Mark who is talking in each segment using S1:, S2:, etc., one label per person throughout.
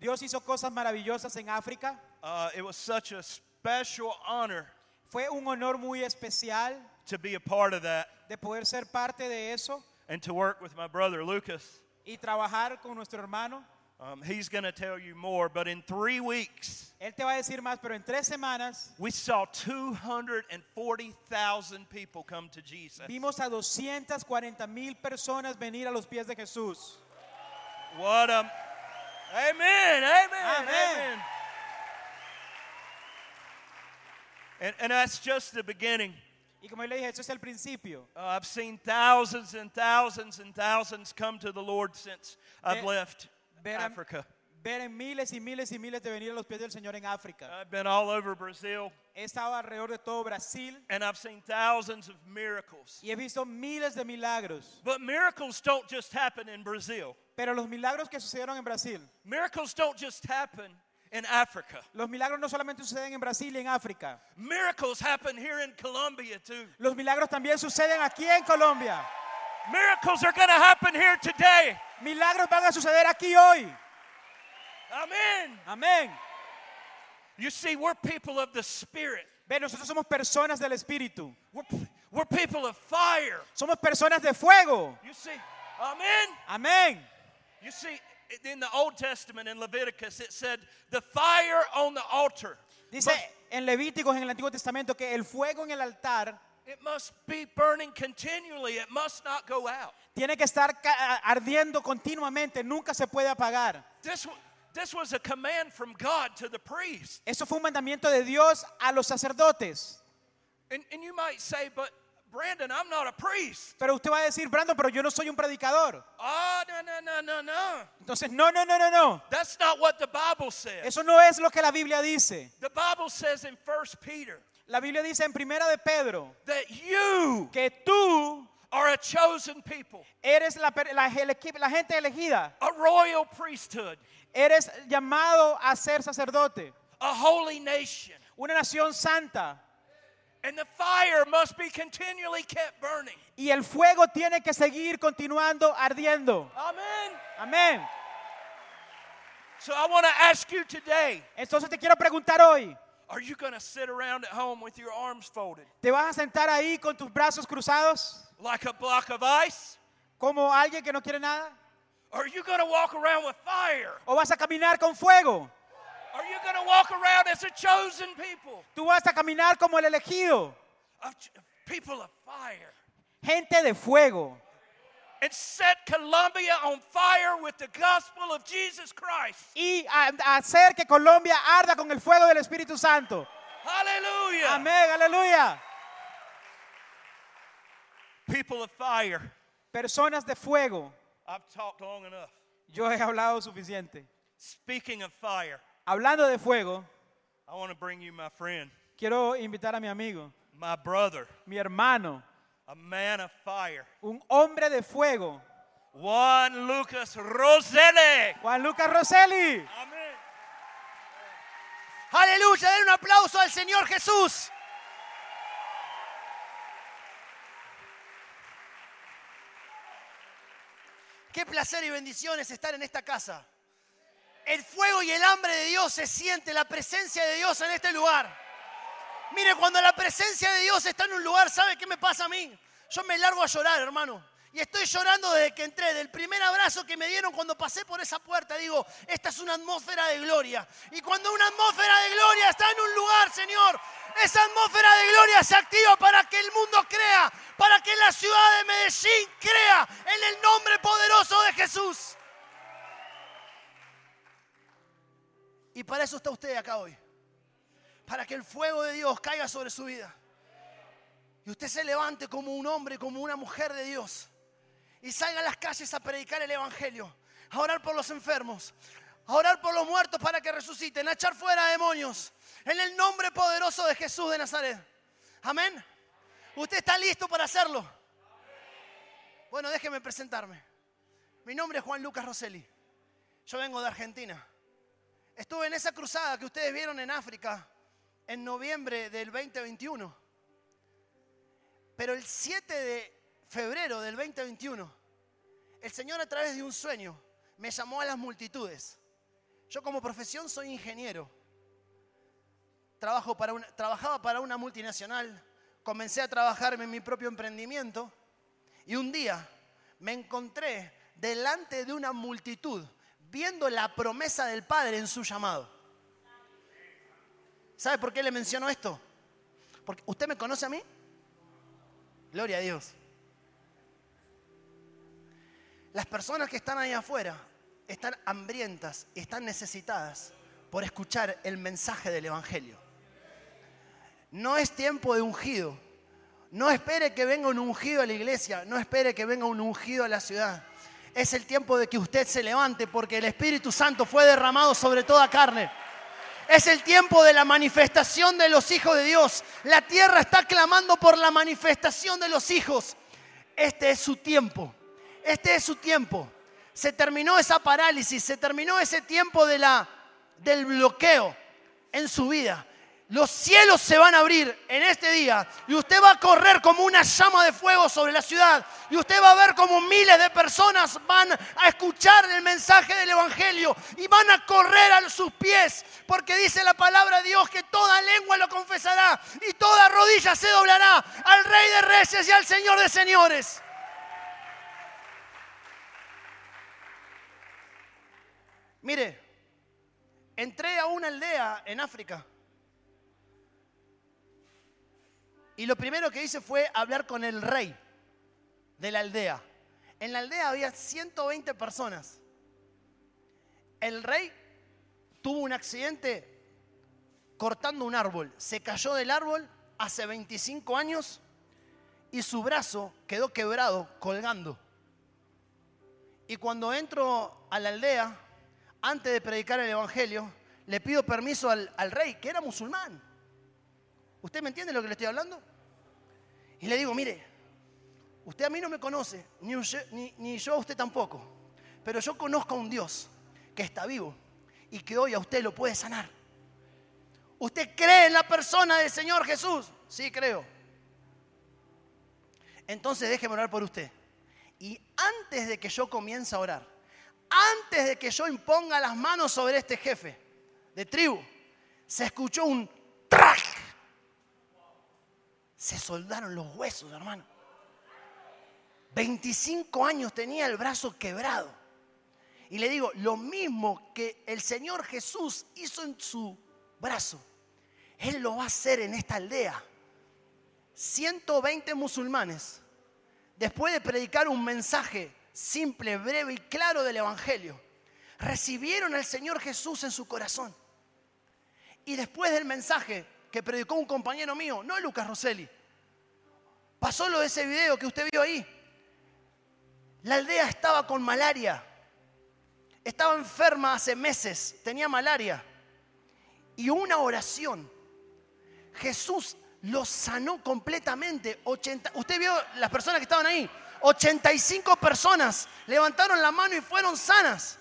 S1: Dios hizo cosas maravillosas en África.
S2: It was such a special honor
S1: Fue un honor muy especial
S2: to be a part of that
S1: de poder ser parte de eso
S2: and to work with my brother Lucas.
S1: y trabajar con nuestro hermano.
S2: He's going to tell you more, but in 3 weeks,
S1: Él te va a decir más, pero en 3 semanas
S2: we saw 240,000 people come to Jesus.
S1: vimos a 240,000 personas venir a los pies de Jesús.
S2: What a... Amen, amen,
S1: Amen.
S2: amen. And that's just the beginning.
S1: Y como yo le dije, eso es el principio.
S2: I've seen thousands and thousands and thousands come to the Lord since I've left Africa.
S1: Ver en miles y miles y miles de venir a los pies del Señor en África.
S2: I've been all over Brazil,
S1: He estado alrededor de todo Brasil
S2: and I've seen thousands of miracles.
S1: y he visto miles de milagros.
S2: But miracles don't just happen in Brazil.
S1: Pero los milagros que sucedieron en Brasil,
S2: Miracles don't just happen in Africa.
S1: los milagros no solamente suceden en Brasil y en África.
S2: Miracles happen here in Colombia too.
S1: Los milagros también suceden aquí en Colombia.
S2: Miracles are going to happen here today.
S1: Milagros van a suceder aquí hoy.
S2: Amen.
S1: Amén.
S2: You see, we're people of the Spirit.
S1: Ve, nosotros somos personas del Espíritu.
S2: We're people of fire.
S1: Somos personas de fuego.
S2: You see, amen.
S1: Amén.
S2: You see, in the Old Testament, in Leviticus, it said, the fire on the altar,
S1: Dice en Levíticos, en el Antiguo Testamento, que el fuego en el altar
S2: it must be burning continually. It must not go out.
S1: tiene que estar ardiendo continuamente, nunca se puede apagar.
S2: This was a command from God to the priest.
S1: Eso fue un mandamiento de Dios a los sacerdotes.
S2: And you might say, but Brandon, I'm not a priest.
S1: Pero usted va a decir, Brandon, pero yo no soy un predicador.
S2: Oh, no.
S1: Entonces, no.
S2: That's not what the Bible says.
S1: Eso no es lo que la Biblia dice.
S2: The Bible says in 1 Peter
S1: La Biblia dice en Primera de Pedro
S2: that you
S1: que tú
S2: are a chosen people,
S1: eres la gente elegida.
S2: a royal priesthood,
S1: Eres llamado a ser sacerdote.
S2: a holy nation.
S1: Una nación santa.
S2: And the fire must be continually kept burning.
S1: Y el fuego tiene que seguir continuando ardiendo.
S2: Amen.
S1: Amén.
S2: So I want to ask you today,
S1: Entonces te quiero preguntar hoy,
S2: are you going to sit around at home with your arms folded
S1: ¿te vas a sentar ahí con tus brazos cruzados
S2: like a block of ice?
S1: como alguien que no quiere nada?
S2: Or are you going to walk around with fire?
S1: ¿O vas a caminar con fuego?
S2: Are you going to walk around as a chosen people?
S1: Tú vas a caminar como el elegido,
S2: People of fire.
S1: gente de fuego.
S2: And set Colombia on fire with the gospel of Jesus Christ.
S1: Y hacer que Colombia arda con el fuego del Espíritu Santo.
S2: Hallelujah.
S1: Amén, aleluya.
S2: People of fire.
S1: Personas de fuego.
S2: I've talked long enough.
S1: Yo he hablado suficiente.
S2: Speaking of fire,
S1: Hablando de fuego,
S2: I want to bring you my friend,
S1: quiero invitar a mi amigo,
S2: my brother,
S1: mi hermano,
S2: a man of fire,
S1: un hombre de fuego,
S2: Juan Lucas Roseli.
S1: Juan Lucas Roseli.
S2: Amén.
S3: Aleluya, den un aplauso al Señor Jesús. Qué placer y bendiciones estar en esta casa. El fuego y el hambre de Dios se siente, la presencia de Dios en este lugar. Mire, cuando la presencia de Dios está en un lugar, ¿sabe qué me pasa a mí? Yo me largo a llorar, hermano. Y estoy llorando desde que entré, del primer abrazo que me dieron cuando pasé por esa puerta. Digo, esta es una atmósfera de gloria. Y cuando una atmósfera de gloria está en un lugar, Señor, esa atmósfera de gloria se activa para que el mundo crea, para que la ciudad de Medellín crea en el nombre poderoso de Jesús. Y para eso está usted acá hoy. Para que el fuego de Dios caiga sobre su vida. Y usted se levante como un hombre, como una mujer de Dios. Y salga a las calles a predicar el evangelio. A orar por los enfermos. A orar por los muertos para que resuciten. A echar fuera demonios. En el nombre poderoso de Jesús de Nazaret. Amén. ¿Usted está listo para hacerlo? Bueno, déjeme presentarme. Mi nombre es Juan Lucas Roseli. Yo vengo de Argentina. Estuve en esa cruzada que ustedes vieron en África en noviembre del 2021. Pero el 7 de febrero del 2021, el Señor a través de un sueño me llamó a las multitudes. Yo como profesión soy ingeniero. Trabajaba para una multinacional. Comencé a trabajar en mi propio emprendimiento. Y un día me encontré delante de una multitud viendo la promesa del Padre en su llamado. ¿Sabe por qué le menciono esto? Porque ¿usted me conoce a mí? Gloria a Dios. Las personas que están ahí afuera están hambrientas, están necesitadas por escuchar el mensaje del Evangelio. No es tiempo de ungido. No espere que venga un ungido a la iglesia. No espere que venga un ungido a la ciudad. Es el tiempo de que usted se levante porque el Espíritu Santo fue derramado sobre toda carne. Es el tiempo de la manifestación de los hijos de Dios. La tierra está clamando por la manifestación de los hijos. Este es su tiempo. Este es su tiempo. Se terminó esa parálisis, se terminó ese tiempo del bloqueo en su vida. Los cielos se van a abrir en este día y usted va a correr como una llama de fuego sobre la ciudad y usted va a ver como miles de personas van a escuchar el mensaje del Evangelio y van a correr a sus pies porque dice la palabra de Dios que toda lengua lo confesará y toda rodilla se doblará al Rey de Reyes y al Señor de Señores. Mire, entré a una aldea en África. Y lo primero que hice fue hablar con el rey de la aldea. En la aldea había 120 personas. El rey tuvo un accidente cortando un árbol. Se cayó del árbol hace 25 años y su brazo quedó quebrado, colgando. Y cuando entro a la aldea, antes de predicar el Evangelio, le pido permiso al rey, que era musulmán. ¿Usted me entiende lo que le estoy hablando? Y le digo, mire, usted a mí no me conoce, ni yo a usted tampoco. Pero yo conozco a un Dios que está vivo y que hoy a usted lo puede sanar. ¿Usted cree en la persona del Señor Jesús? Sí, creo. Entonces déjeme orar por usted. Y antes de que yo comience a orar, antes de que yo imponga las manos sobre este jefe de tribu, se escuchó un ¡trac! Se soldaron los huesos, hermano. 25 años tenía el brazo quebrado. Y le digo, lo mismo que el Señor Jesús hizo en su brazo, Él lo va a hacer en esta aldea. 120 musulmanes, después de predicar un mensaje simple, breve y claro del Evangelio, recibieron al Señor Jesús en su corazón. Y después del mensaje que predicó un compañero mío, no Lucas Rosselli, pasó lo de ese video que usted vio ahí. La aldea estaba con malaria. Estaba enferma hace meses, tenía malaria. Y una oración, Jesús los sanó completamente. Usted vio las personas que estaban ahí. 85 personas levantaron la mano y fueron sanas.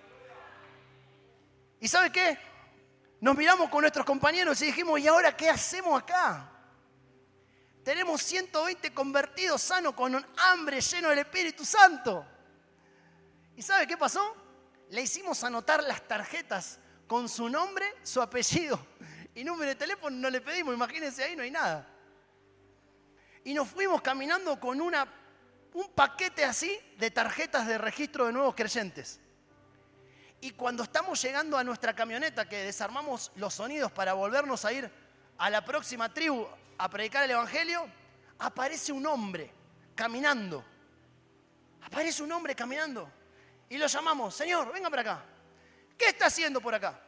S3: ¿Y sabe qué? Nos miramos con nuestros compañeros y dijimos, ¿y ahora qué hacemos acá? Tenemos 120 convertidos sanos con hambre, lleno del Espíritu Santo. ¿Y sabe qué pasó? Le hicimos anotar las tarjetas con su nombre, su apellido y número de teléfono. No le pedimos, imagínense, ahí no hay nada. Y nos fuimos caminando con un paquete así de tarjetas de registro de nuevos creyentes. Y cuando estamos llegando a nuestra camioneta, que desarmamos los sonidos para volvernos a ir a la próxima tribu a predicar el Evangelio, aparece un hombre caminando. Aparece un hombre caminando. Y lo llamamos, Señor, venga para acá. ¿Qué está haciendo por acá?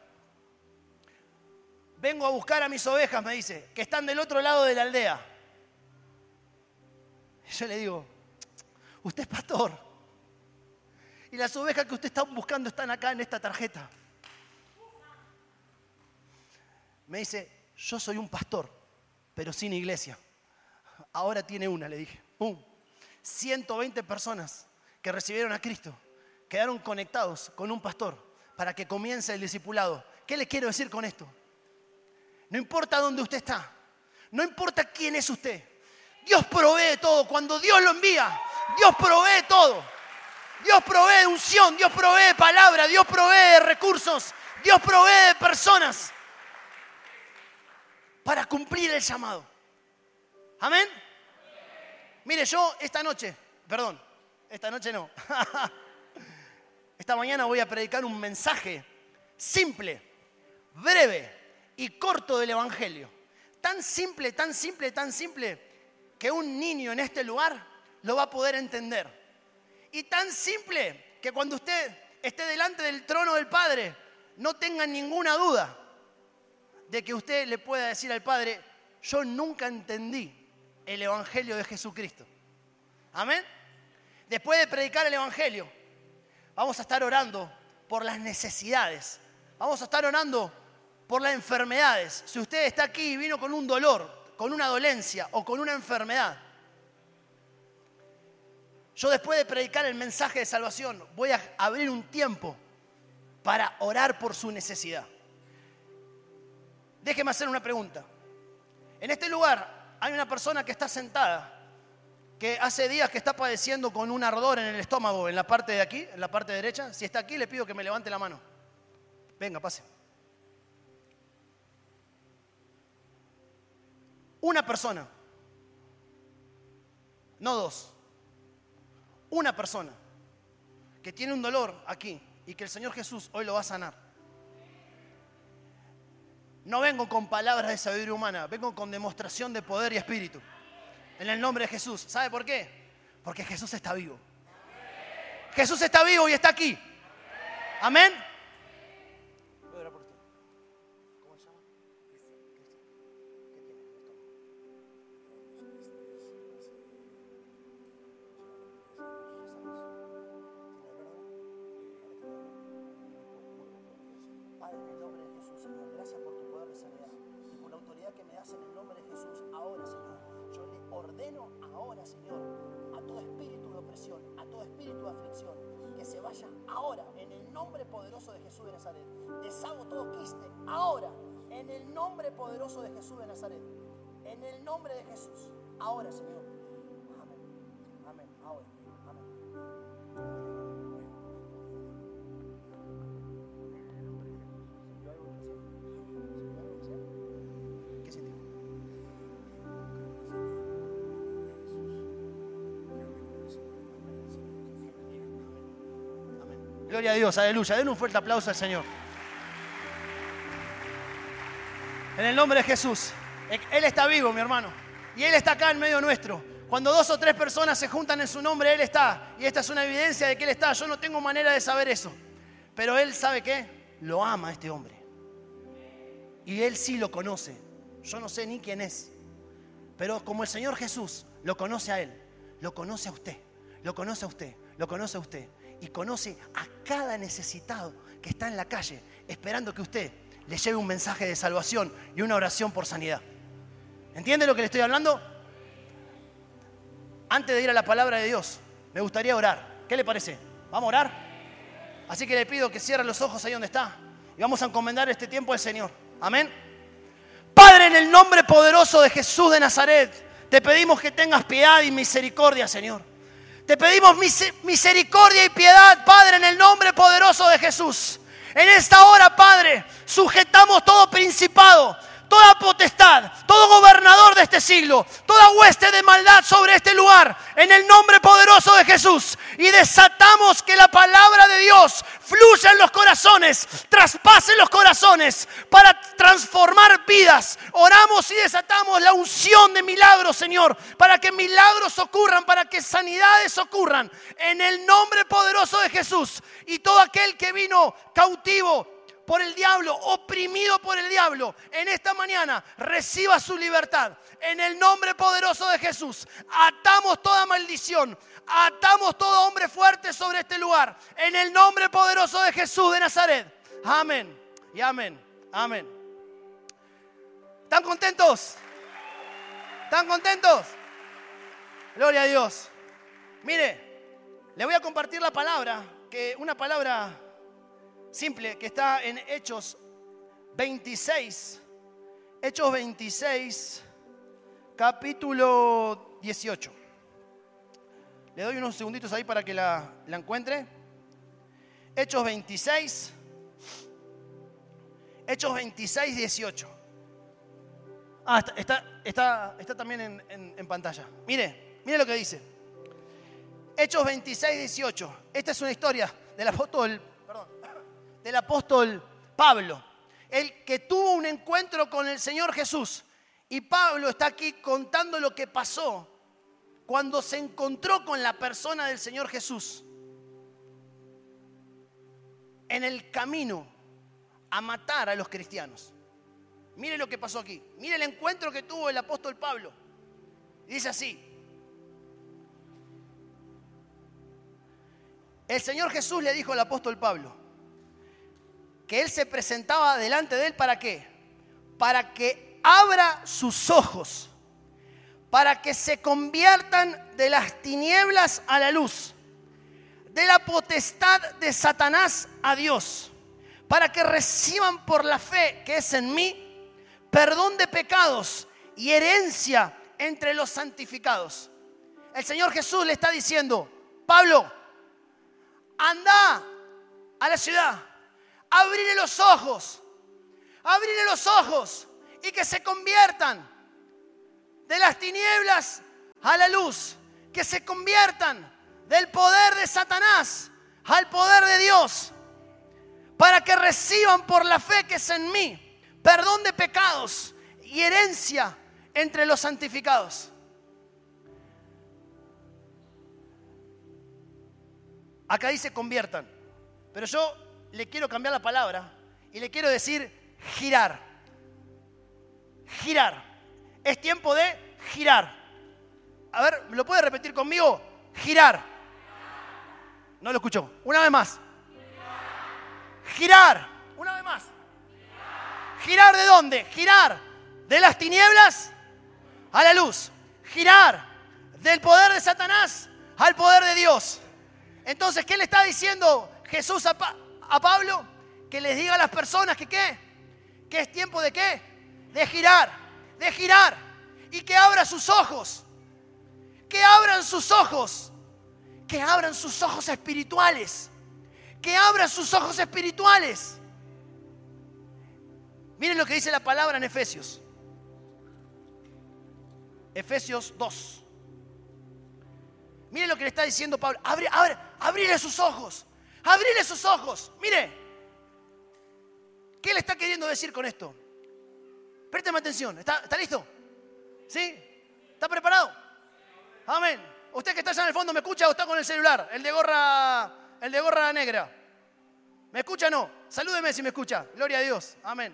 S3: Vengo a buscar a mis ovejas, me dice, que están del otro lado de la aldea. Y yo le digo, usted es pastor. Y las ovejas que usted está buscando están acá en esta tarjeta. Me dice, yo soy un pastor, pero sin iglesia. Ahora tiene una, le dije. ¡Pum! 120 personas que recibieron a Cristo quedaron conectados con un pastor para que comience el discipulado. ¿Qué le quiero decir con esto? No importa dónde usted está, no importa quién es usted, Dios provee todo. Cuando Dios lo envía, Dios provee todo. Dios provee unción, Dios provee palabra, Dios provee recursos, Dios provee de personas para cumplir el llamado. Amén. Mire, yo esta noche no. Esta mañana voy a predicar un mensaje simple, breve y corto del Evangelio. Tan simple, tan simple, tan simple que un niño en este lugar lo va a poder entender. Y tan simple que cuando usted esté delante del trono del Padre, no tenga ninguna duda de que usted le pueda decir al Padre: yo nunca entendí el Evangelio de Jesucristo. Amén. Después de predicar el Evangelio, vamos a estar orando por las necesidades. Vamos a estar orando por las enfermedades. Si usted está aquí y vino con un dolor, con una dolencia o con una enfermedad, yo después de predicar el mensaje de salvación voy a abrir un tiempo para orar por su necesidad. Déjeme hacer una pregunta. En este lugar hay una persona que está sentada, que hace días que está padeciendo con un ardor en el estómago, en la parte de aquí, en la parte derecha. Si está aquí, le pido que me levante la mano. Venga, pase. Una persona, no dos, una persona que tiene un dolor aquí y que el Señor Jesús hoy lo va a sanar. No vengo con palabras de sabiduría humana, vengo con demostración de poder y espíritu. En el nombre de Jesús. ¿Sabe por qué? Porque Jesús está vivo. Jesús está vivo y está aquí. Amén. Voy a orar por usted. ¿Cómo se llama? Padre, en el nombre de Jesús, Señor, gracias por tu poder de sanidad y por la autoridad que me das en el nombre de Jesús. Ahora, Señor, yo le ordeno ahora, Señor, a todo espíritu de opresión, a todo espíritu de aflicción, que se vaya ahora, en el nombre poderoso de Jesús de Nazaret. Deshago todo quiste ahora, en el nombre poderoso de Jesús de Nazaret. En el nombre de Jesús, ahora, Señor. Amén. Amén. Ahora. Amén. ¿Qué sintió? Amén. Gloria a Dios, aleluya. Den un fuerte aplauso al Señor. En el nombre de Jesús. Él está vivo, mi hermano. Y Él está acá en medio nuestro. Cuando 2 o 3 personas se juntan en su nombre, Él está. Y esta es una evidencia de que Él está. Yo no tengo manera de saber eso. Pero Él, ¿sabe qué? Lo ama a este hombre. Y Él sí lo conoce. Yo no sé ni quién es. Pero como el Señor Jesús lo conoce a Él, lo conoce a usted, lo conoce a usted, lo conoce a usted. Y conoce a cada necesitado que está en la calle esperando que usted le lleve un mensaje de salvación y una oración por sanidad. ¿Entiende lo que le estoy hablando? Antes de ir a la palabra de Dios, me gustaría orar. ¿Qué le parece? ¿Vamos a orar? Así que le pido que cierre los ojos ahí donde está y vamos a encomendar este tiempo al Señor. Amén. Padre, en el nombre poderoso de Jesús de Nazaret, te pedimos que tengas piedad y misericordia, Señor. Te pedimos misericordia y piedad, Padre, en el nombre poderoso de Jesús. En esta hora, Padre, sujetamos todo principado, toda potestad, todo gobernador de este siglo, toda hueste de maldad sobre este lugar, en el nombre poderoso de Jesús. Y desatamos que la palabra de Dios fluya en los corazones, traspase los corazones para transformar vidas. Oramos y desatamos la unción de milagros, Señor, para que milagros ocurran, para que sanidades ocurran, en el nombre poderoso de Jesús. Y todo aquel que vino cautivo por el diablo, oprimido por el diablo, en esta mañana reciba su libertad. En el nombre poderoso de Jesús, atamos toda maldición, atamos todo hombre fuerte sobre este lugar. En el nombre poderoso de Jesús de Nazaret. Amén y amén. Amén. ¿Están contentos? ¿Están contentos? Gloria a Dios. Mire, le voy a compartir la palabra, una palabra simple que está en Hechos 26. Hechos 26, capítulo 18. Le doy unos segunditos ahí para que la encuentre. Hechos 26, Hechos 26, 18. Ah, está también en pantalla. Mire lo que dice. Hechos 26, 18. Esta es una historia del apóstol Pablo, el que tuvo un encuentro con el Señor Jesús. Y Pablo está aquí contando lo que pasó cuando se encontró con la persona del Señor Jesús en el camino a matar a los cristianos. Mire lo que pasó aquí. Mire el encuentro que tuvo el apóstol Pablo. Y dice así: el Señor Jesús le dijo al apóstol Pablo que él se presentaba delante de él, ¿para qué? Para que abra sus ojos, para que se conviertan de las tinieblas a la luz, de la potestad de Satanás a Dios, para que reciban por la fe que es en mí perdón de pecados y herencia entre los santificados. El Señor Jesús le está diciendo: Pablo, anda a la ciudad, abrile los ojos y que se conviertan de las tinieblas a la luz, que se conviertan del poder de Satanás al poder de Dios, para que reciban por la fe que es en mí perdón de pecados y herencia entre los santificados. Acá dice conviertan, pero yo le quiero cambiar la palabra y le quiero decir girar. Girar. Es tiempo de girar. A ver, ¿me lo puede repetir conmigo? Girar. No lo escuchó. Una vez más. Girar. Una vez más. ¿Girar de dónde? Girar de las tinieblas a la luz. Girar del poder de Satanás al poder de Dios. Entonces, ¿qué le está diciendo Jesús a Pablo? Que les diga a las personas que ¿qué? Que es tiempo de ¿qué? De girar. Y que abra sus ojos. Que abran sus ojos. Que abran sus ojos espirituales. Que abran sus ojos espirituales. Miren lo que dice la palabra en Efesios. Efesios 2. Miren lo que le está diciendo Pablo. Abrile sus ojos. Abrile sus ojos. Mire. ¿Qué le está queriendo decir con esto? Présteme atención. ¿Está listo? ¿Sí? ¿Está preparado? Amén. Usted que está allá en el fondo, ¿me escucha o está con el celular? El de gorra negra. ¿Me escucha o no? Salúdeme si me escucha. Gloria a Dios. Amén.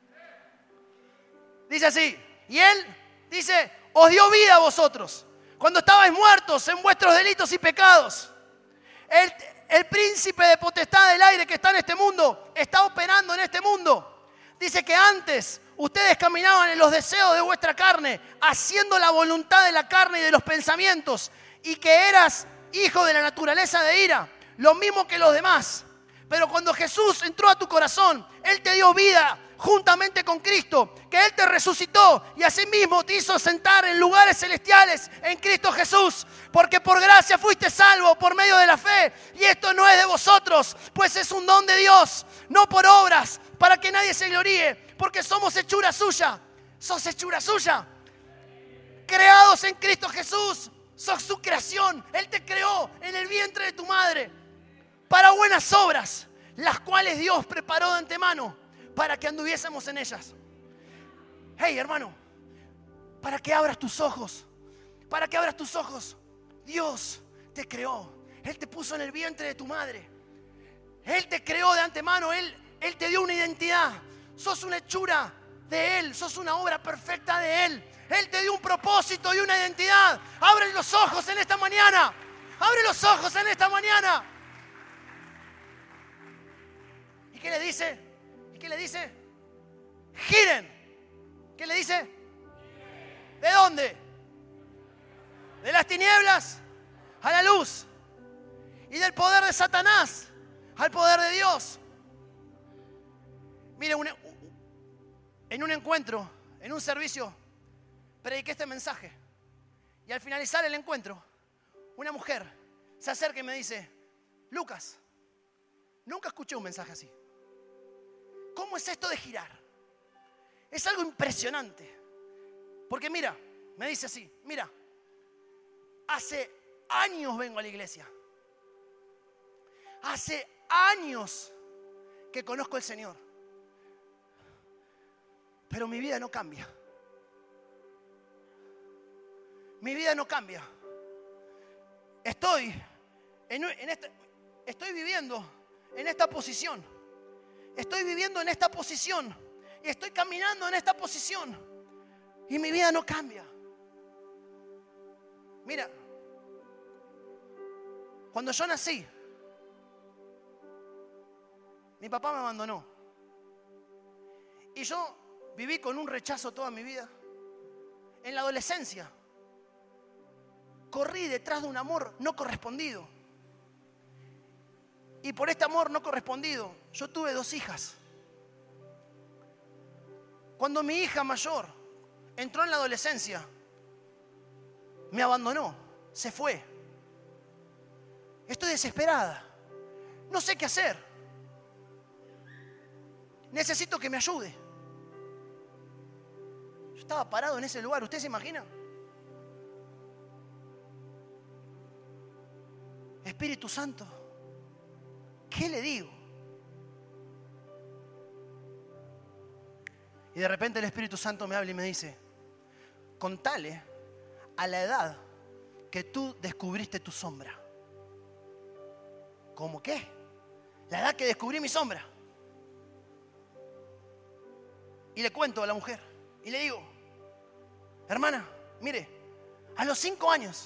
S3: Dice así. Y Él dice: os dio vida a vosotros cuando estabais muertos en vuestros delitos y pecados. El príncipe de potestad del aire que está en este mundo está operando en este mundo. Dice que antes ustedes caminaban en los deseos de vuestra carne, haciendo la voluntad de la carne y de los pensamientos, y que eras hijo de la naturaleza de ira, lo mismo que los demás. Pero cuando Jesús entró a tu corazón, Él te dio vida juntamente con Cristo, que Él te resucitó y asimismo te hizo sentar en lugares celestiales en Cristo Jesús, porque por gracia fuiste salvo por medio de la fe, y esto no es de vosotros, pues es un don de Dios, no por obras, para que nadie se gloríe, porque somos hechura suya. Sos hechura suya, creados en Cristo Jesús. Sos su creación. Él te creó en el vientre de tu madre para buenas obras, las cuales Dios preparó de antemano para que anduviésemos en ellas. Hey, hermano, para que abras tus ojos, para que abras tus ojos. Dios te creó. Él te puso en el vientre de tu madre. Él te creó de antemano. Él te dio una identidad. Sos una hechura de Él. Sos una obra perfecta de Él. Él te dio un propósito y una identidad. Abre los ojos en esta mañana. Abre los ojos en esta mañana. ¿Y qué le dice? ¿Qué le dice? Giren. ¿Qué le dice? ¿De dónde? De las tinieblas a la luz. Y del poder de Satanás al poder de Dios. Mire, en un encuentro, en un servicio, prediqué este mensaje. Y al finalizar el encuentro, una mujer se acerca y me dice: Lucas, nunca escuché un mensaje así. ¿Cómo es esto de girar? Es algo impresionante. Porque mira, me dice así, mira, hace años vengo a la iglesia. Hace años que conozco al Señor. Pero mi vida no cambia. Mi vida no cambia. Estoy viviendo en esta posición. Estoy viviendo en esta posición. Y estoy caminando en esta posición. Y mi vida no cambia. Mira, cuando yo nací, mi papá me abandonó. Y yo viví con un rechazo toda mi vida. En la adolescencia, corrí detrás de un amor no correspondido. Y por este amor no correspondido, yo tuve 2 hijas. Cuando mi hija mayor entró en la adolescencia, me abandonó, se fue. Estoy desesperada. No sé qué hacer. Necesito que me ayude. Yo estaba parado en ese lugar, ¿usted se imagina? Espíritu Santo, ¿qué le digo? Y de repente el Espíritu Santo me habla y me dice, contale a la edad que tú descubriste tu sombra. ¿Cómo qué? La edad que descubrí mi sombra. Y le cuento a la mujer y le digo, hermana, mire, a los 5 años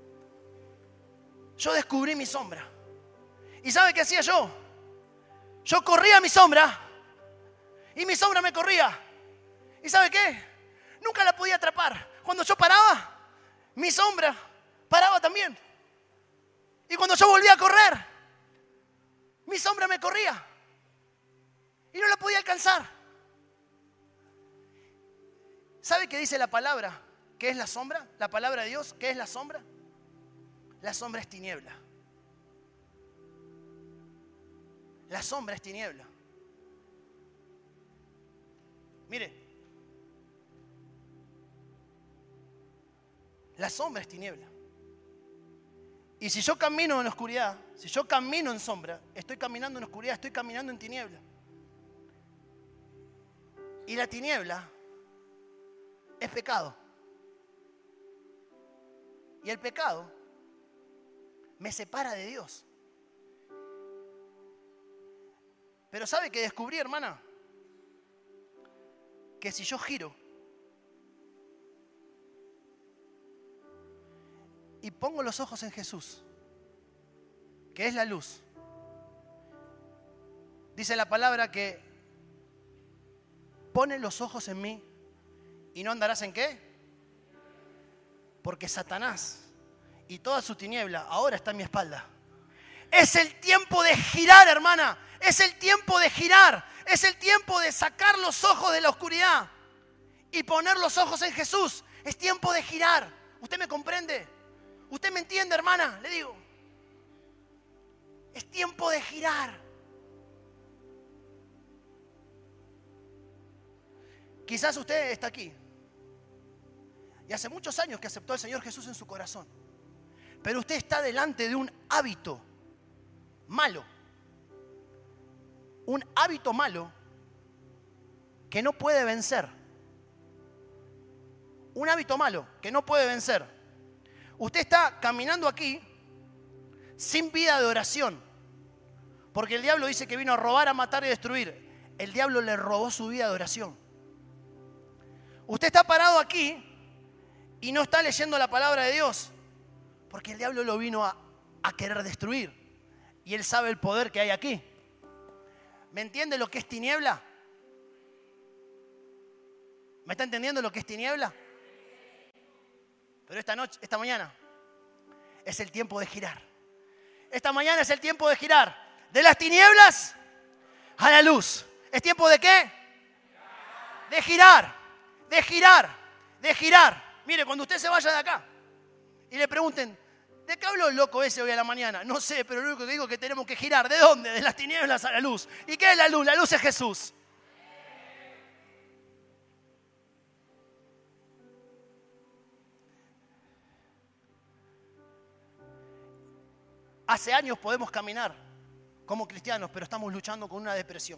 S3: yo descubrí mi sombra. ¿Y sabe qué hacía yo? Yo corría a mi sombra y mi sombra me corría. ¿Y sabe qué? Nunca la podía atrapar. Cuando yo paraba, mi sombra paraba también. Y cuando yo volvía a correr, mi sombra me corría. Y no la podía alcanzar. ¿Sabe qué dice la palabra? ¿Qué es la sombra? La palabra de Dios, ¿qué es la sombra? La sombra es tiniebla. La sombra es tiniebla. Mire, la sombra es tiniebla. Y si yo camino en oscuridad, si yo camino en sombra, estoy caminando en oscuridad, estoy caminando en tiniebla. Y la tiniebla es pecado. Y el pecado me separa de Dios. Pero ¿sabe qué descubrí, hermana? Que si yo giro y pongo los ojos en Jesús, que es la luz, dice la palabra que pone los ojos en mí y no andarás en ¿qué? Porque Satanás y toda su tiniebla ahora está en mi espalda. Es el tiempo de girar, hermana. Es el tiempo de girar. Es el tiempo de sacar los ojos de la oscuridad y poner los ojos en Jesús. Es tiempo de girar. ¿Usted me comprende? ¿Usted me entiende, hermana? Le digo. Es tiempo de girar. Quizás usted está aquí y hace muchos años que aceptó al Señor Jesús en su corazón. Pero usted está delante de un hábito malo. Un hábito malo que no puede vencer. Un hábito malo que no puede vencer. Usted está caminando aquí sin vida de oración. Porque el diablo dice que vino a robar, a matar y destruir. El diablo le robó su vida de oración. Usted está parado aquí y no está leyendo la palabra de Dios. Porque el diablo lo vino a querer destruir. Y él sabe el poder que hay aquí. ¿Me entiende lo que es tiniebla? ¿Me está entendiendo lo que es tiniebla? Pero esta mañana, es el tiempo de girar. Esta mañana es el tiempo de girar. De las tinieblas a la luz. ¿Es tiempo de qué? De girar. De girar. De girar. Mire, cuando usted se vaya de acá y le pregunten, ¿de qué habló el loco ese hoy a la mañana? No sé, pero lo único que digo es que tenemos que girar. ¿De dónde? De las tinieblas a la luz. ¿Y qué es la luz? La luz es Jesús. Hace años podemos caminar como cristianos, pero estamos luchando con una depresión.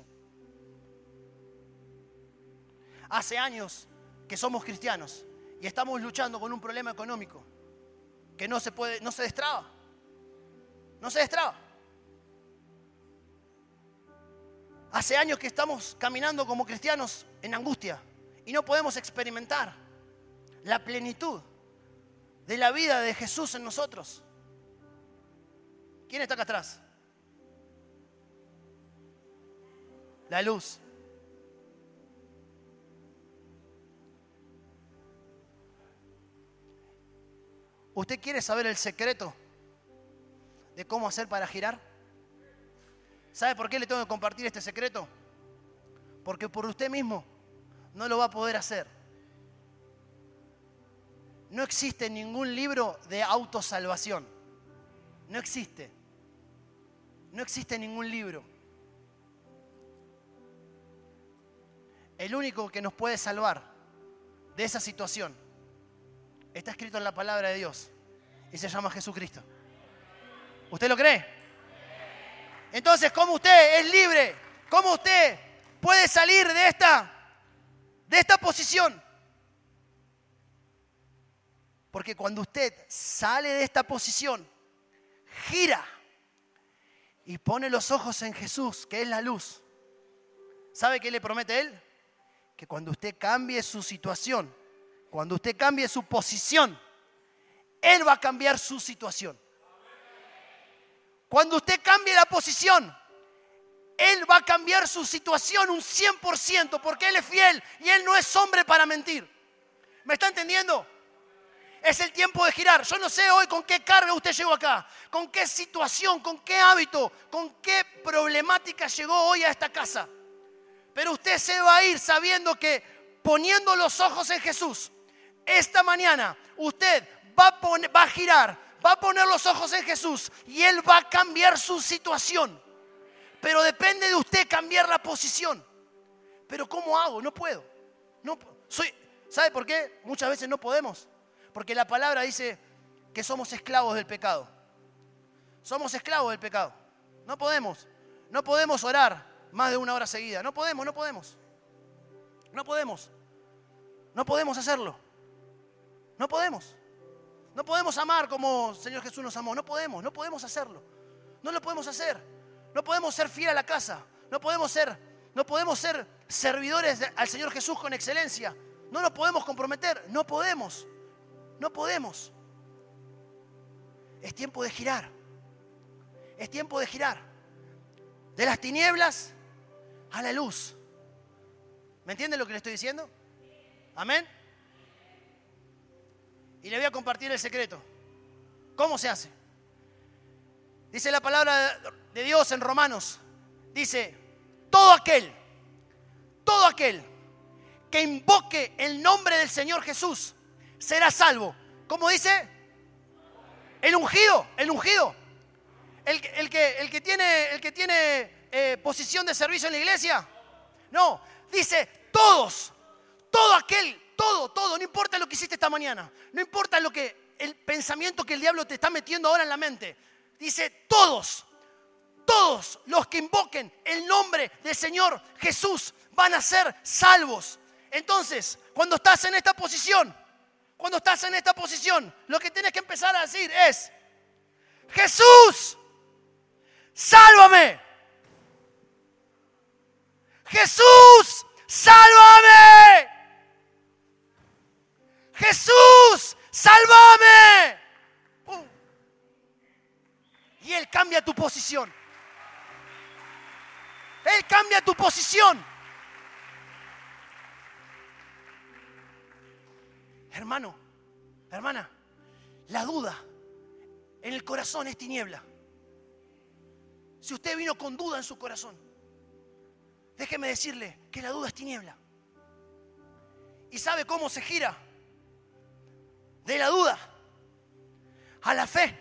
S3: Hace años que somos cristianos y estamos luchando con un problema económico que no se destraba. No se destraba. Hace años que estamos caminando como cristianos en angustia y no podemos experimentar la plenitud de la vida de Jesús en nosotros. ¿Quién está acá atrás? La luz. ¿Usted quiere saber el secreto de cómo hacer para girar? ¿Sabe por qué le tengo que compartir este secreto? Porque por usted mismo no lo va a poder hacer. No existe ningún libro de autosalvación. No existe. No existe ningún libro. El único que nos puede salvar de esa situación está escrito en la palabra de Dios y se llama Jesucristo. ¿Usted lo cree? Entonces, ¿cómo usted es libre? ¿Cómo usted puede salir de esta posición? Porque cuando usted sale de esta posición, gira y pone los ojos en Jesús, que es la luz. ¿Sabe qué le promete Él? Que cuando usted cambie su situación, cuando usted cambie su posición, Él va a cambiar su situación. Cuando usted cambie la posición, Él va a cambiar su situación un 100%, porque Él es fiel y Él no es hombre para mentir. ¿Me está entendiendo? Es el tiempo de girar. Yo no sé hoy con qué carga usted llegó acá, con qué situación, con qué hábito, con qué problemática llegó hoy a esta casa. Pero usted se va a ir sabiendo que poniendo los ojos en Jesús, esta mañana usted va a girar, va a poner los ojos en Jesús y Él va a cambiar su situación. Pero depende de usted cambiar la posición. Pero ¿cómo hago? No puedo. ¿Sabe por qué? Muchas veces no podemos. Porque la palabra dice que somos esclavos del pecado. Somos esclavos del pecado. No podemos. No podemos orar más de 1 hora seguida. No podemos. No podemos hacerlo. No podemos. No podemos amar como el Señor Jesús nos amó. No podemos hacerlo. No lo podemos hacer. No podemos ser fiel a la casa. No podemos ser servidores al Señor Jesús con excelencia. No nos podemos comprometer. No podemos. Es tiempo de girar. Es tiempo de girar. De las tinieblas a la luz. ¿Me entienden lo que le estoy diciendo? Amén. Y le voy a compartir el secreto. ¿Cómo se hace? Dice la palabra de Dios en Romanos. Dice, todo aquel que invoque el nombre del Señor Jesús será salvo. ¿Cómo dice? El ungido. El que tiene posición de servicio en la iglesia. No, dice todos. Todo, no importa lo que hiciste esta mañana, no importa el pensamiento que el diablo te está metiendo ahora en la mente. Dice todos los que invoquen el nombre del Señor Jesús van a ser salvos. Entonces, cuando estás en esta posición, lo que tienes que empezar a decir es: Jesús, sálvame. Jesús, sálvame. Jesús, sálvame. Y Él cambia tu posición. Él cambia tu posición. Hermano, hermana, la duda en el corazón es tiniebla. Si usted vino con duda en su corazón, déjeme decirle que la duda es tiniebla. ¿Y sabe cómo se gira? De la duda a la fe.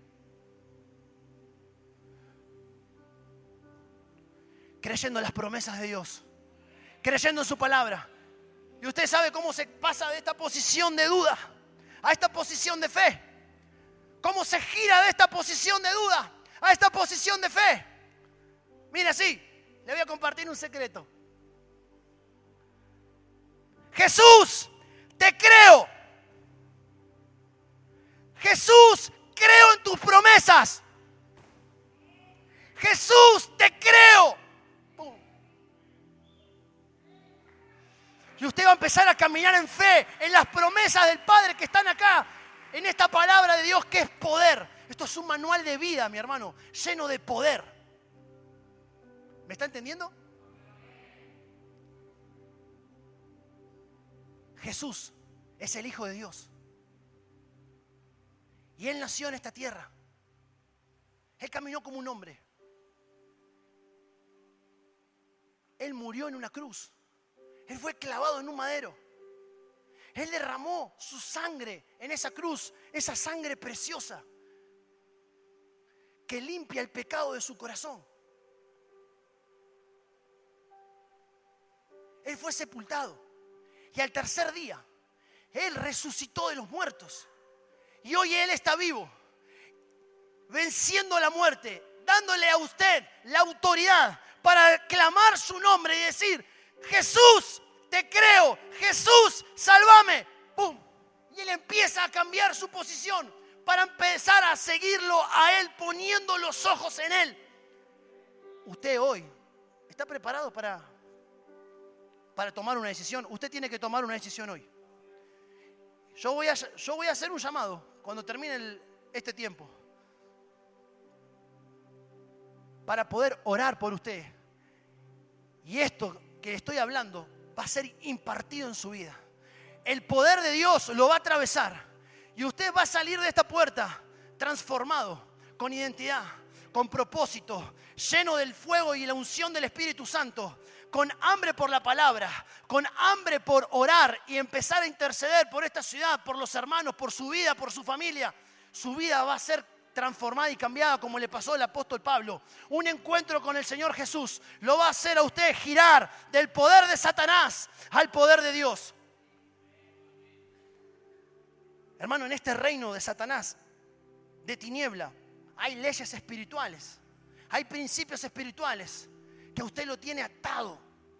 S3: Creyendo en las promesas de Dios, creyendo en su palabra. Y usted sabe cómo se pasa de esta posición de duda a esta posición de fe. ¿Cómo se gira de esta posición de duda a esta posición de fe? Mire así, le voy a compartir un secreto. Jesús, te creo. Jesús, creo en tus promesas. Jesús, te creo. ¡Pum! Y usted va a empezar a caminar en fe, en las promesas del Padre que están acá, en esta palabra de Dios que es poder. Esto es un manual de vida, mi hermano, lleno de poder. ¿Me está entendiendo? Jesús es el Hijo de Dios. Y Él nació en esta tierra. Él caminó como un hombre. Él murió en una cruz. Él fue clavado en un madero. Él derramó su sangre en esa cruz, esa sangre preciosa que limpia el pecado de su corazón. Él fue sepultado y al tercer día Él resucitó de los muertos y hoy Él está vivo, venciendo la muerte, dándole a usted la autoridad para clamar su nombre y decir: Jesús, te creo, Jesús, sálvame. ¡Pum! Y Él empieza a cambiar su posición para empezar a seguirlo a Él, poniendo los ojos en Él. Usted hoy está preparado para tomar una decisión. Usted tiene que tomar una decisión hoy. Yo voy a hacer un llamado cuando termine este tiempo para poder orar por usted. Y esto que estoy hablando va a ser impartido en su vida. El poder de Dios lo va a atravesar y usted va a salir de esta puerta transformado, con identidad, con propósito, lleno del fuego y la unción del Espíritu Santo, con hambre por la palabra, con hambre por orar y empezar a interceder por esta ciudad, por los hermanos, por su vida, por su familia. Su vida va a ser transformada y cambiada como le pasó al apóstol Pablo. Un encuentro con el Señor Jesús lo va a hacer a usted girar del poder de Satanás al poder de Dios. Hermano, en este reino de Satanás, de tiniebla, hay leyes espirituales, hay principios espirituales que usted lo tiene atado.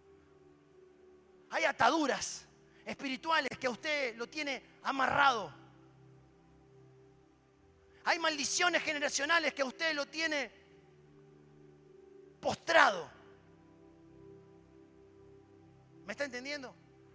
S3: Hay ataduras espirituales que a usted lo tiene amarrado. Hay maldiciones generacionales que a usted lo tiene postrado. ¿Me está entendiendo?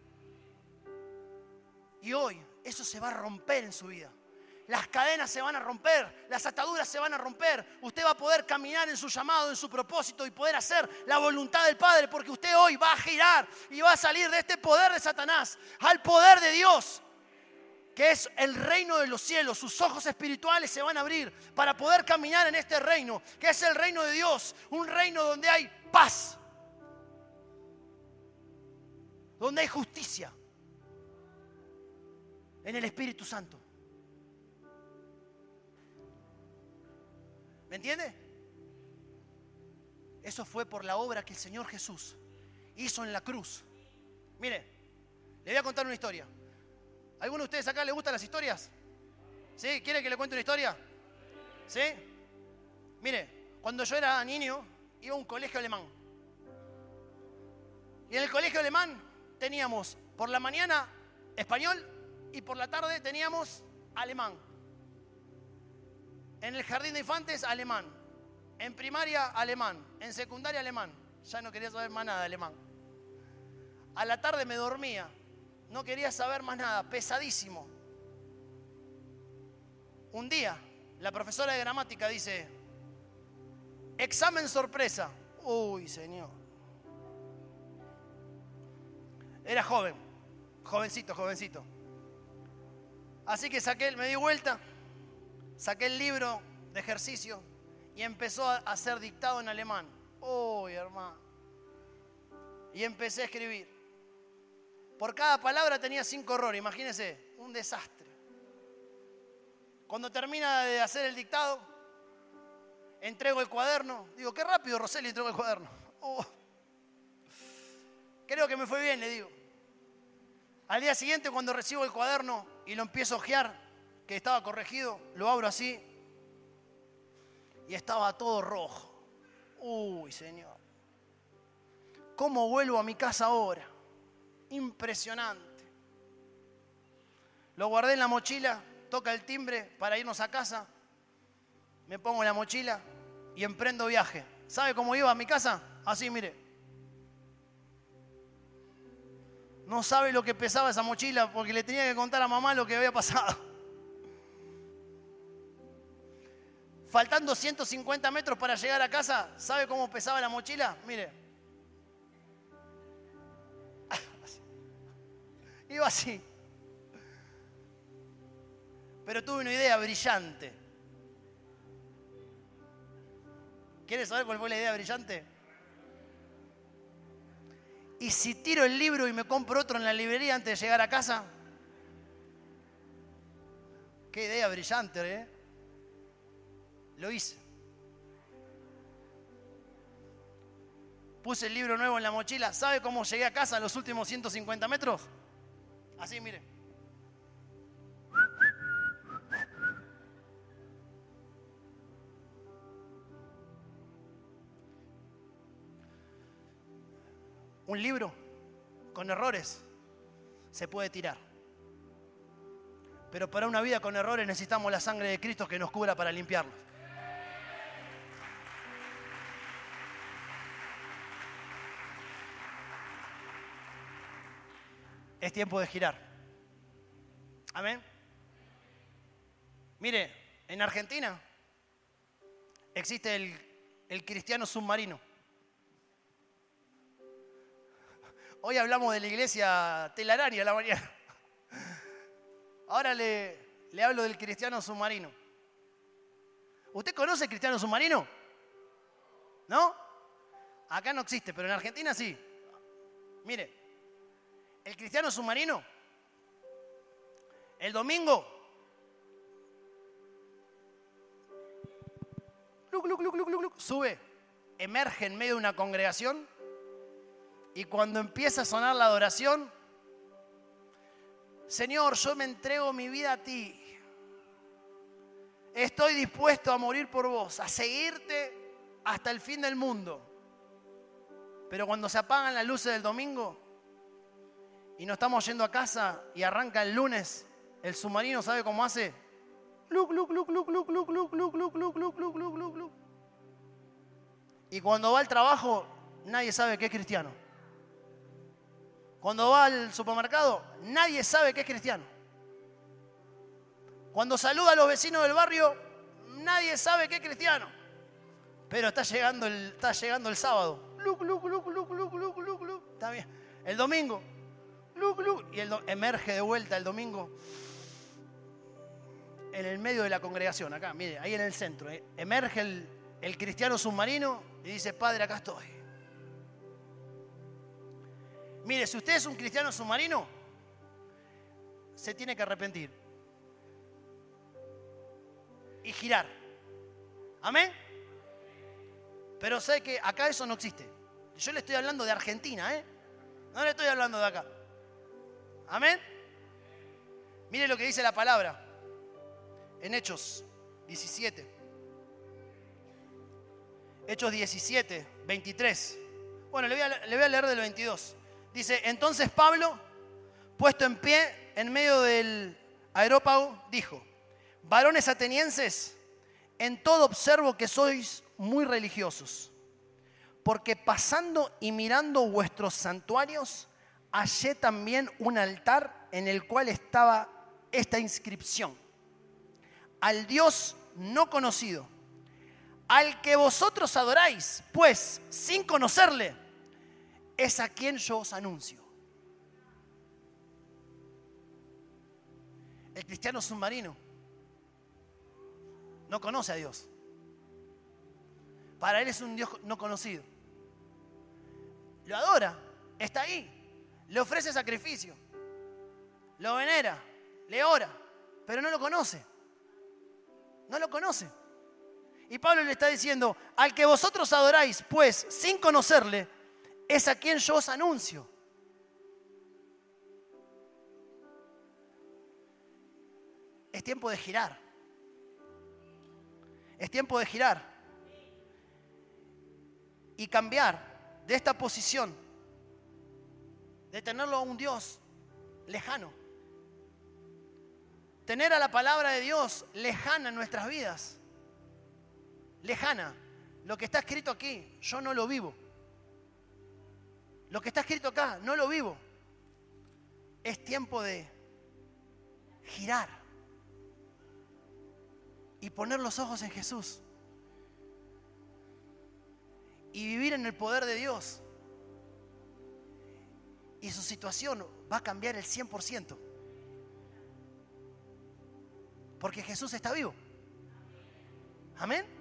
S3: Y hoy eso se va a romper en su vida. Las cadenas se van a romper, las ataduras se van a romper. Usted va a poder caminar en su llamado, en su propósito y poder hacer la voluntad del Padre, porque usted hoy va a girar y va a salir de este poder de Satanás al poder de Dios, que es el reino de los cielos. Sus ojos espirituales se van a abrir para poder caminar en este reino, que es el reino de Dios, un reino donde hay paz, donde hay justicia en el Espíritu Santo. ¿Me entiende? Eso fue por la obra que el Señor Jesús hizo en la cruz. Mire, le voy a contar una historia. ¿Alguno de ustedes acá le gustan las historias? ¿Sí? ¿Quiere que le cuente una historia? ¿Sí? Mire, cuando yo era niño, iba a un colegio alemán. Y en el colegio alemán teníamos por la mañana español y por la tarde teníamos alemán. En el jardín de infantes, alemán. En primaria, alemán. En secundaria, alemán. Ya no quería saber más nada de alemán. A la tarde me dormía. No quería saber más nada. Pesadísimo. Un día, la profesora de gramática dice: examen sorpresa. Uy, Señor. Era joven. Jovencito. Así que me di vuelta. Saqué el libro de ejercicio y empezó a hacer dictado en alemán. ¡Uy, hermano! Y empecé a escribir. Por cada palabra tenía 5 errores, imagínense, un desastre. Cuando termina de hacer el dictado, entrego el cuaderno. Digo, qué rápido, Roseli, entrego el cuaderno. Creo que me fue bien, le digo. Al día siguiente, cuando recibo el cuaderno y lo empiezo a hojear, que estaba corregido, lo abro así y estaba todo rojo. Uy, Señor. ¿Cómo vuelvo a mi casa ahora? Impresionante. Lo guardé en la mochila, toca el timbre para irnos a casa. Me pongo en la mochila y emprendo viaje. ¿Sabe cómo iba a mi casa? Así, mire. No sabe lo que pesaba esa mochila porque le tenía que contar a mamá lo que había pasado. Faltando 150 metros para llegar a casa, ¿sabe cómo pesaba la mochila? Mire. Iba así. Pero tuve una idea brillante. ¿Quieres saber cuál fue la idea brillante? ¿Y si tiro el libro y me compro otro en la librería antes de llegar a casa? Qué idea brillante, ¿eh? Lo hice. Puse el libro nuevo en la mochila. ¿Sabe cómo llegué a casa los últimos 150 metros? Así, mire. Un libro con errores se puede tirar. Pero para una vida con errores necesitamos la sangre de Cristo que nos cubra para limpiarlos. Es tiempo de girar. Amén. Mire, en Argentina existe el cristiano submarino. Hoy hablamos de la iglesia telaraña a la mañana. Ahora le hablo del cristiano submarino. ¿Usted conoce el cristiano submarino? ¿No? Acá no existe, pero en Argentina sí. Mire, el cristiano submarino, el domingo, sube, emerge en medio de una congregación y cuando empieza a sonar la adoración, Señor, yo me entrego mi vida a ti. Estoy dispuesto a morir por vos, a seguirte hasta el fin del mundo. Pero cuando se apagan las luces del domingo y nos estamos yendo a casa y arranca el lunes, el submarino, ¿sabe cómo hace? Y cuando va al trabajo, nadie sabe que es cristiano. Cuando va al supermercado, nadie sabe que es cristiano. Cuando saluda a los vecinos del barrio, nadie sabe que es cristiano. Pero está llegando el sábado. Está bien. El domingo. Y emerge de vuelta el domingo en el medio de la congregación. Acá, mire, ahí en el centro. Emerge el cristiano submarino y dice, Padre, acá estoy. Mire, si usted es un cristiano submarino, se tiene que arrepentir y girar. ¿Amén? Pero sé que acá eso no existe. Yo le estoy hablando de Argentina, ¿eh? No le estoy hablando de acá. ¿Amén? Mire lo que dice la palabra en Hechos 17. Hechos 17, 23. Bueno, le voy a leer del 22. Dice, entonces Pablo, puesto en pie en medio del aerópago, dijo, varones atenienses, en todo observo que sois muy religiosos, porque pasando y mirando vuestros santuarios, hallé también un altar en el cual estaba esta inscripción, al Dios no conocido, al que vosotros adoráis, pues sin conocerle, es a quien yo os anuncio. El cristiano submarino no conoce a Dios. Para él es un Dios no conocido. Lo adora, está ahí, le ofrece sacrificio, lo venera, le ora, pero no lo conoce. No lo conoce. Y Pablo le está diciendo, al que vosotros adoráis, pues sin conocerle, es a quien yo os anuncio. tiempo de girar. Es tiempo de girar. Y cambiar de esta posición, de tenerlo a un Dios lejano. Tener a la palabra de Dios lejana en nuestras vidas. Lejana. Lo que está escrito aquí, yo no lo vivo. Lo que está escrito acá, no lo vivo. Es tiempo de girar y poner los ojos en Jesús y vivir en el poder de Dios. Y su situación va a cambiar el 100%. Porque Jesús está vivo. Amén.